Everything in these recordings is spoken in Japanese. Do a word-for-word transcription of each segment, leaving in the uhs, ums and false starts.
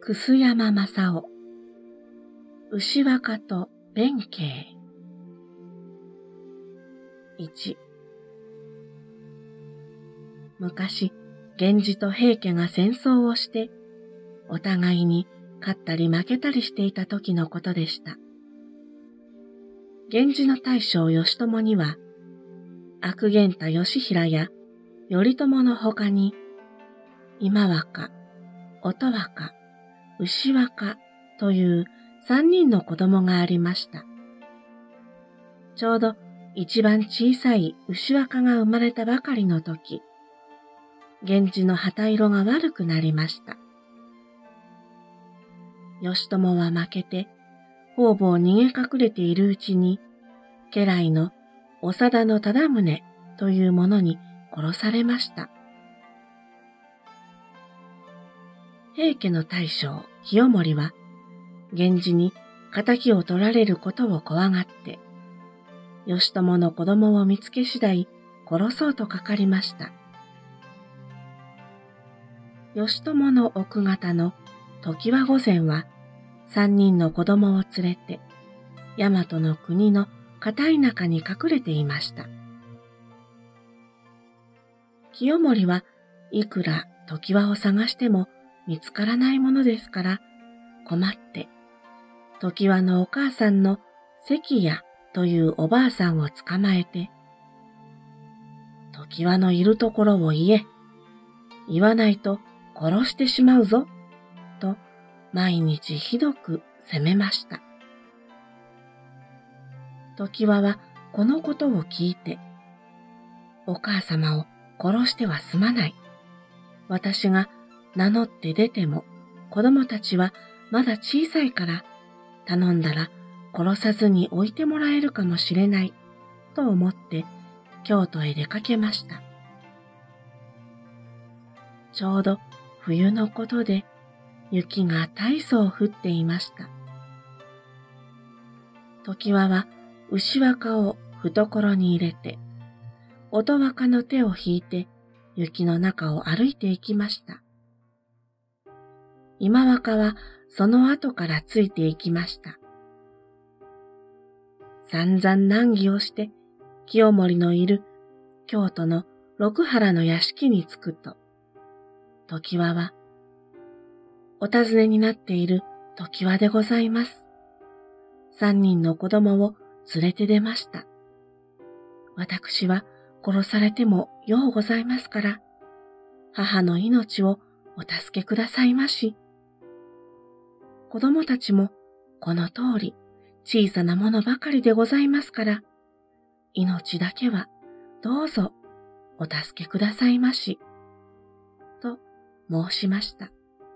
楠山正夫、牛若と弁慶。いち。昔、源氏と平家が戦争をして、お互いに勝ったり負けたりしていた時のことでした。源氏の大将義朝には、悪源太義平や頼朝の他に、今若、音若、牛若という三人の子供がありました。ちょうど一番小さい牛若が生まれたばかりの時、源氏の旗色が悪くなりました。義朝は負けて、方々逃げ隠れているうちに、家来の長田の忠宗という者に殺されました。平家の大将清盛は、源氏に仇を取られることを怖がって、義朝の子供を見つけ次第殺そうとかかりました。義朝の奥方の常盤御前は、三人の子供を連れて、大和の国の片田舎に隠れていました。清盛はいくら常盤を探しても見つからないものですから困って、常盤のお母さんの関谷というおばあさんを捕まえて、常盤のいるところを言え、言わないと殺してしまうぞ、と毎日ひどく責めました。常盤はこのことを聞いて、お母様を殺してはすまない。私が名乗って出ても子供たちはまだ小さいから頼んだら殺さずに置いてもらえるかもしれないと思って京都へ出かけました。ちょうど冬のことで雪が大層降っていました。常盤は牛若を懐に入れて、音若の手を引いて雪の中を歩いて行きました。今若はその後からついて行きました。散々難儀をして清盛のいる京都の六原の屋敷に着くと、常盤は、お尋ねになっている常盤でございます。三人の子供を連れて出ました。私は殺されてもようございますから、母の命をお助けくださいまし。子供たちもこの通り小さなものばかりでございますから、命だけはどうぞお助けくださいまし。と申しました。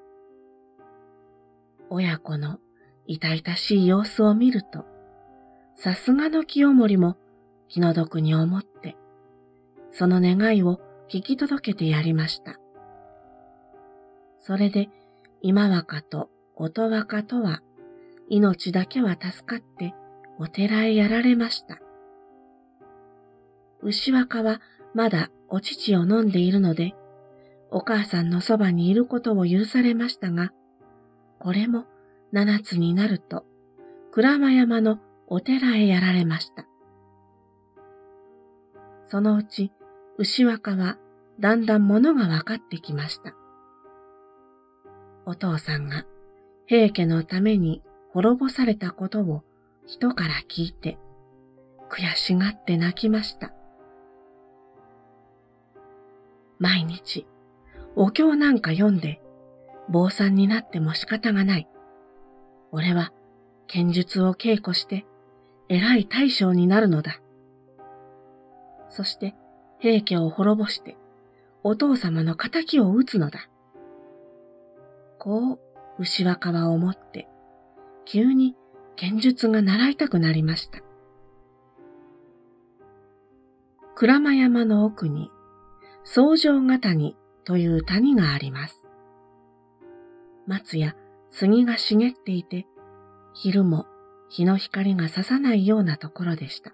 親子の痛々しい様子を見ると、さすがの清盛も気の毒に思って、その願いを聞き届けてやりました。それで今若と音若とは命だけは助かってお寺へやられました。牛若はまだお乳を飲んでいるので、お母さんのそばにいることを許されましたが、これも七つになると鞍馬山のお寺へやられました。そのうち牛若はだんだんものが分かってきました。お父さんが平家のために滅ぼされたことを人から聞いて、悔しがって泣きました。毎日お経なんか読んで坊さんになっても仕方がない。俺は剣術を稽古して偉い大将になるのだ。そして平家を滅ぼしてお父様の仇を討つのだ。こう牛若は思って急に剣術が習いたくなりました。鞍馬山の奥に宗城ヶ谷という谷があります。松や杉が茂っていて、昼も日の光が差さないようなところでした。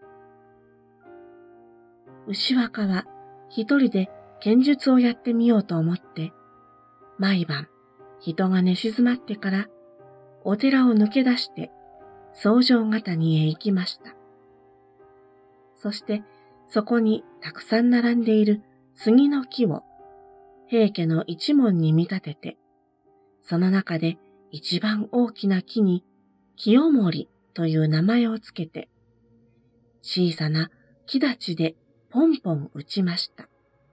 牛若は一人で剣術をやってみようと思って、毎晩人が寝静まってからお寺を抜け出して草城ヶ谷へ行きました。そしてそこにたくさん並んでいる杉の木を平家の一門に見立てて、その中で一番大きな木に清盛という名前をつけて、小さな木立でポンポン打ちました。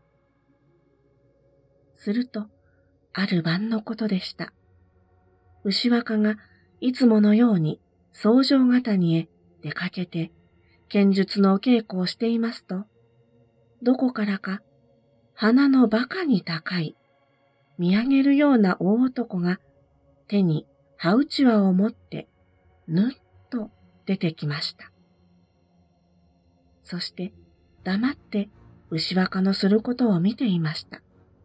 すると、ある晩のことでした。牛若がいつものように草城ヶ谷へ出かけて剣術のお稽古をしていますと、どこからか鼻のバカに高い見上げるような大男が手に羽うちわを持ってぬっと出てきました。そして黙って牛若のすることを見ていました。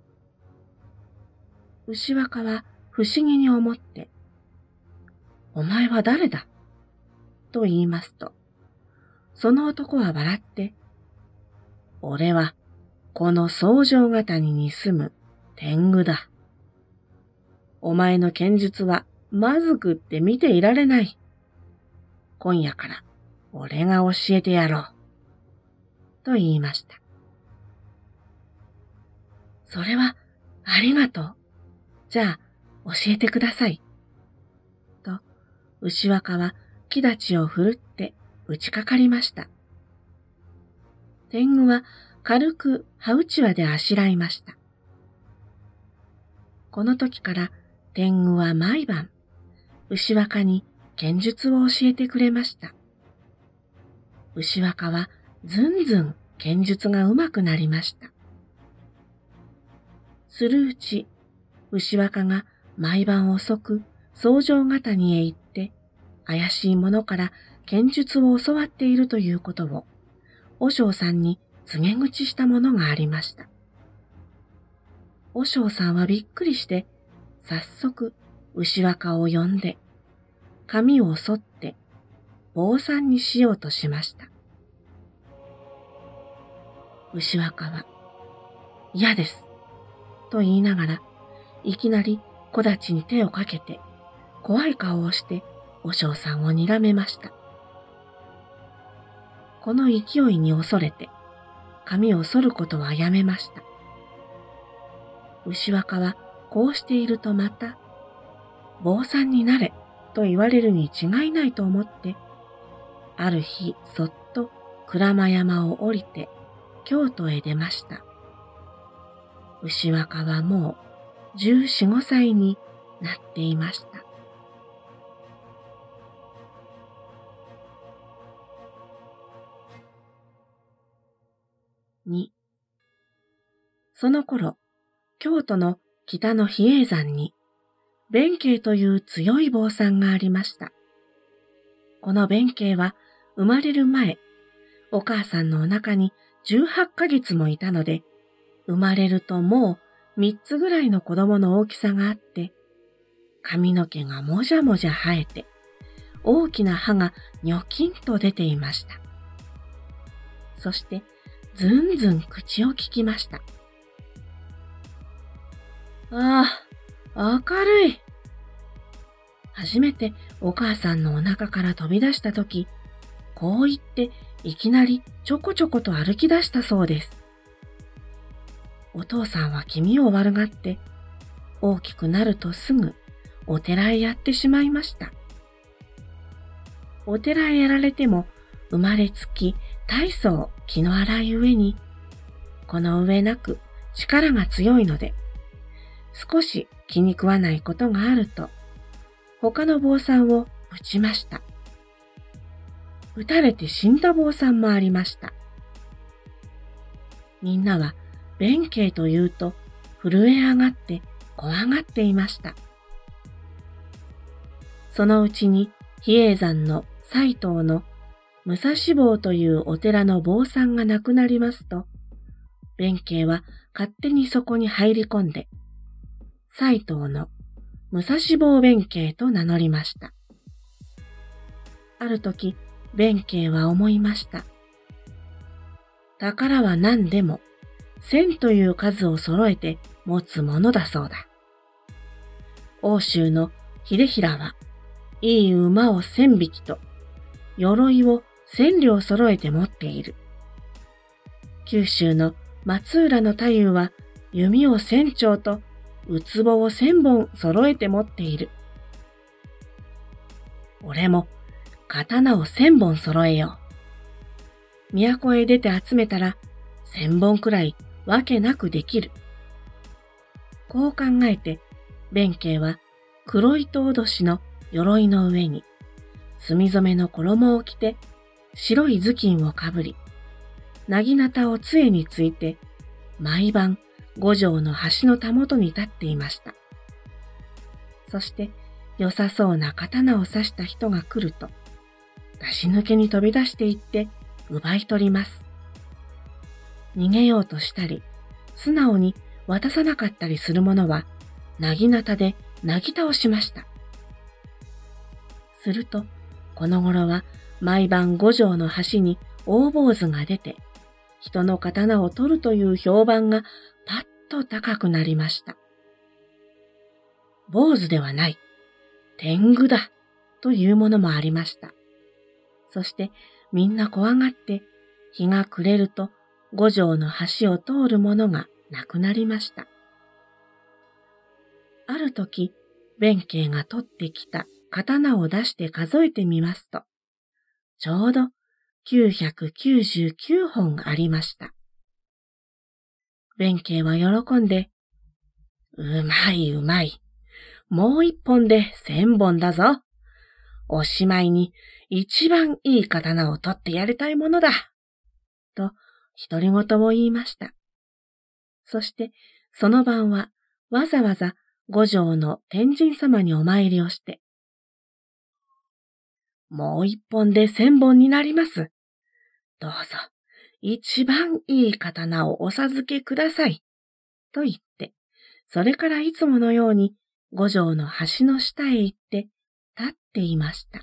牛若は不思議に思って、お前は誰だと言いますと、その男は笑って、俺はこの草城ヶ谷に住む天狗だ。お前の剣術はまずくって見ていられない。今夜から俺が教えてやろう。と言いました。それはありがとう。じゃあ教えてください。と牛若は木立を振るって打ちかかりました。天狗は軽く羽うちわであしらいました。この時から天狗は毎晩牛若に剣術を教えてくれました。牛若はずんずん剣術がうまくなりました。するうち、牛若が毎晩遅く草城ヶ谷へ行って怪しい者から剣術を教わっているということを和尚さんに告げ口したものがありました。和尚さんはびっくりして早速牛若を呼んで髪を剃って坊さんにしようとしました。牛若は嫌ですと言いながらいきなり木立に手をかけて怖い顔をして和尚さんを睨めました。この勢いに恐れて髪を剃ることはやめました。牛若はこうしているとまた坊さんになれと言われるに違いないと思って、ある日そっと鞍馬山を降りて京都へ出ました。牛若はもう十四五歳になっていました。に、その頃、京都の北の比叡山に、弁慶という強い坊さんがありました。この弁慶は生まれる前、お母さんのお腹にじゅうはっかげつもいたので、生まれるともう三つぐらいの子供の大きさがあって、髪の毛がもじゃもじゃ生えて、大きな歯がニョキンと出ていました。そして、ずんずん口をききました。ああ、明るい。初めてお母さんのお腹から飛び出したとき、こう言っていきなりちょこちょこと歩き出したそうです。お父さんは気味を悪がって、大きくなるとすぐお寺へやってしまいました。お寺へやられても生まれつき大層気の荒い上に、この上なく力が強いので、少し気に食わないことがあると、他の坊さんを撃ちました。撃たれて死んだ坊さんもありました。みんなは弁慶というと震え上がって怖がっていました。そのうちに比叡山の西東の武蔵坊というお寺の坊さんが亡くなりますと、弁慶は勝手にそこに入り込んで、西東の武蔵坊弁慶と名乗りました。ある時、弁慶は思いました。宝は何でも、千という数を揃えて持つものだそうだ。 欧州の秀衡は、いい馬を千匹と、鎧を千両揃えて持っている。九州の松浦の太夫は、弓を千丁と、うつぼを千本揃えて持っている。俺も、刀を千本揃えよう。都へ出て集めたら、千本くらいわけなくできる。こう考えて、弁慶は黒糸おどしの鎧の上に、墨染めの衣を着て、白い頭巾をかぶり、なぎなたを杖について、毎晩五条の橋のたもとに立っていました。そして、良さそうな刀を刺した人が来ると、出し抜けに飛び出していって奪い取ります。逃げようとしたり、素直に渡さなかったりする者は、なぎなたでなぎ倒しました。すると、この頃は毎晩五条の橋に大坊主が出て、人の刀を取るという評判がパッと高くなりました。坊主ではない、天狗だ、というものもありました。そしてみんな怖がって、日が暮れると五条の橋を通る者がなくなりました。ある時、弁慶が取ってきた刀を出して数えてみますと、ちょうどきゅうひゃくきゅうじゅうきゅうほんありました。弁慶は喜んで、うまいうまい。もう一本で千本だぞ。おしまいに一番いい刀を取ってやりたいものだ。と、独り言を言いました。そして、その晩はわざわざ五条の天神様にお参りをして、もう一本で千本になります。どうぞ、一番いい刀をお授けください。と言って、それからいつものように五条の橋の下へ行って立っていました。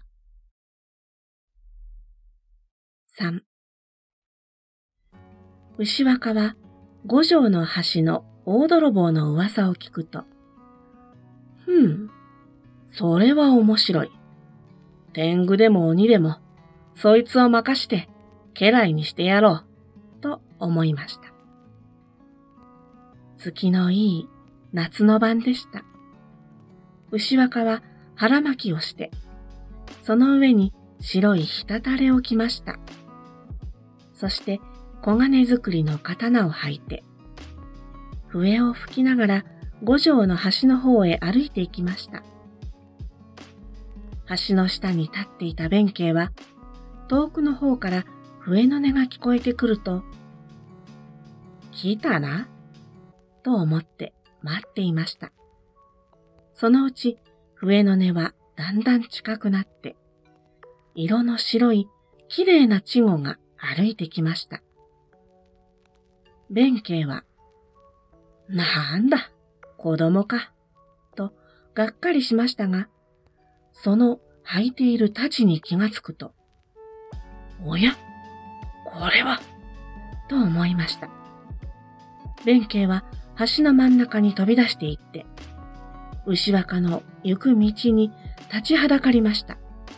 さん. 牛若は五条の橋の大泥棒の噂を聞くと、ふん、それは面白い。天狗でも鬼でも、そいつを任して家来にしてやろう、と思いました。月のいい夏の晩でした。牛若は腹巻きをして、その上に白いひたたれを着ました。そして黄金作りの刀を履いて、笛を吹きながら五条の橋の方へ歩いて行きました。橋の下に立っていた弁慶は、遠くの方から笛の音が聞こえてくると、来たなと思って待っていました。そのうち笛の音はだんだん近くなって、色の白いきれいな稚児が歩いてきました。弁慶は、なんだ、子供か、とがっかりしましたが、その履いている太刀に気がつくと、おや、これは、と思いました。弁慶は橋の真ん中に飛び出していって、牛若の行く道に立ちはだかりました。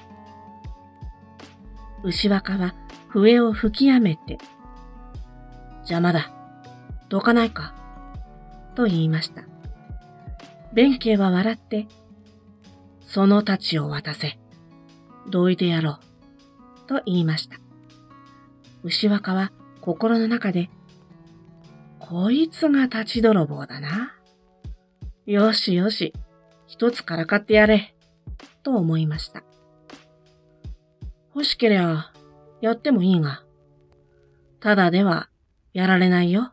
牛若は笛を吹きやめて、邪魔だ、どかないか、と言いました。弁慶は笑って、その太刀を渡せ、どいてやろう、と言いました。牛若は心の中で、こいつが立ち泥棒だな。よしよし、一つからかってやれ、と思いました。欲しけりゃ、やってもいいが、ただではやられないよ。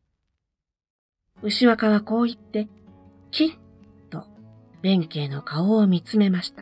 牛若はこう言って、きっと弁慶の顔を見つめました。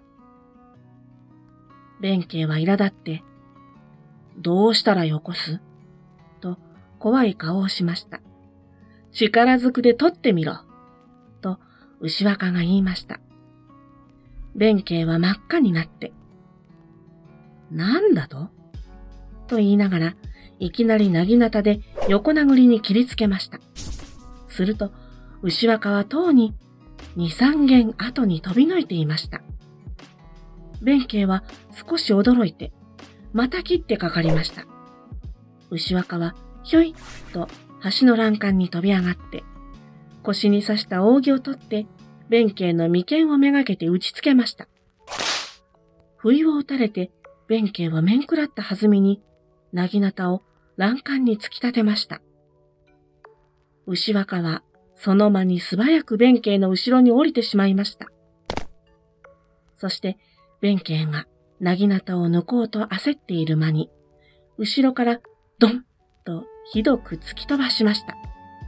弁慶は苛立って、どうしたらよこすと怖い顔をしました。力ずくで取ってみろと牛若が言いました。弁慶は真っ赤になって、なんだとと言いながら、いきなりなぎなたで横殴りに切りつけました。すると、牛若はとうに二三軒後に飛び抜いていました。弁慶は少し驚いて、また切ってかかりました。牛若はひょいっと橋の欄干に飛び上がって、腰に刺した扇を取って、弁慶の眉間をめがけて打ちつけました。不意を打たれて、弁慶は面食らった弾みに、なぎなたを欄干に突き立てました。牛若はその間に素早く弁慶の後ろに降りてしまいました。そして弁慶がなぎなたを抜こうと焦っている間に、後ろからドンとひどく突き飛ばしました。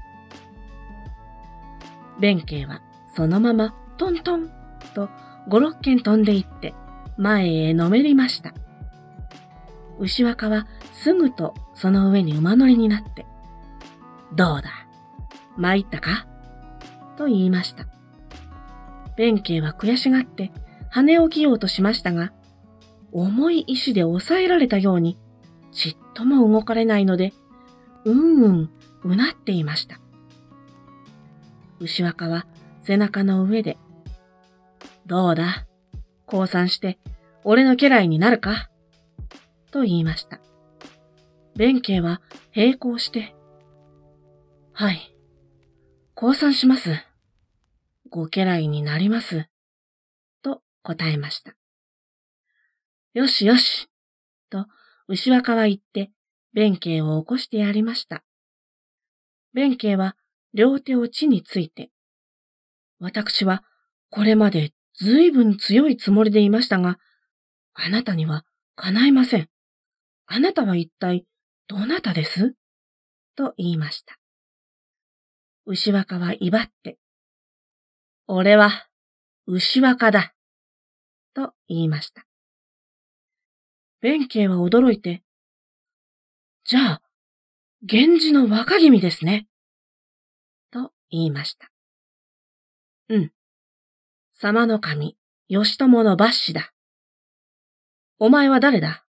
弁慶はそのままトントンと五六軒飛んでいって前へのめりました。牛若はすぐとその上に馬乗りになって、どうだ、参ったかと言いました。弁慶は悔しがって羽を切ようとしましたが、重い石で押さえられたようにちっとも動かれないので、うんうんうなっていました。牛若は背中の上で、どうだ、降参して俺の家来になるかと言いました。弁慶は並行して、はい、降参します。ご家来になります。と答えました。よしよし、と牛若は言って、弁慶を起こしてやりました。弁慶は両手を地について、私はこれまでずいぶん強いつもりでいましたが、あなたには叶いません。あなたは一体どなたです？と言いました。牛若は威張って、俺は牛若だ。と言いました。弁慶は驚いて、じゃあ、源氏の若君ですね。と言いました。うん。様の神、義朝の抜子だ。お前は誰だ？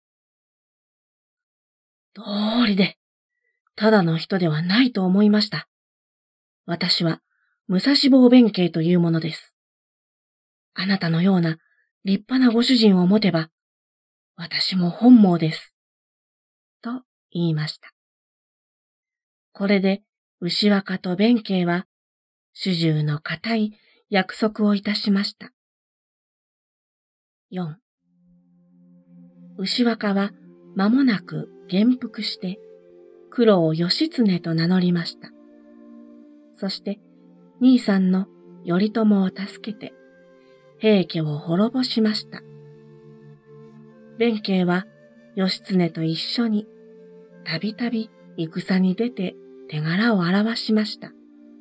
どうりで、ただの人ではないと思いました。私は、武蔵坊弁慶というものです。あなたのような立派なご主人を持てば、私も本望です。と言いました。これで、牛若と弁慶は、主従の固い約束をいたしました。よん. 牛若は間もなく元服して、九郎義経と名乗りました。そして、兄さんの頼朝を助けて、平家を滅ぼしました。弁慶は義経と一緒に、たびたび戦に出て手柄を表しました。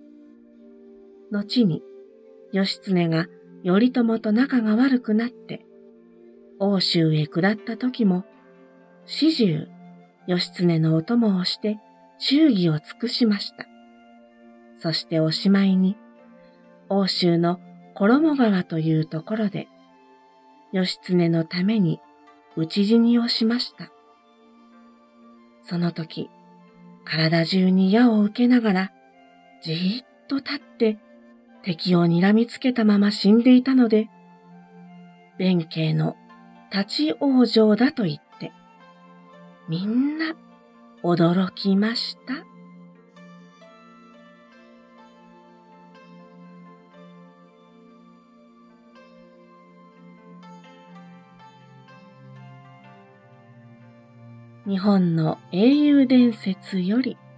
後に、義経が頼朝と仲が悪くなって、奥州へ下った時も、始終、義経のお供をして忠義を尽くしました。そしておしまいに、奥州の衣川というところで、義経のために討ち死にをしました。その時、体中に矢を受けながら、じーっと立って敵を睨みつけたまま死んでいたので、弁慶の立ち往生だと言って、みんな驚きました。日本の英雄伝説より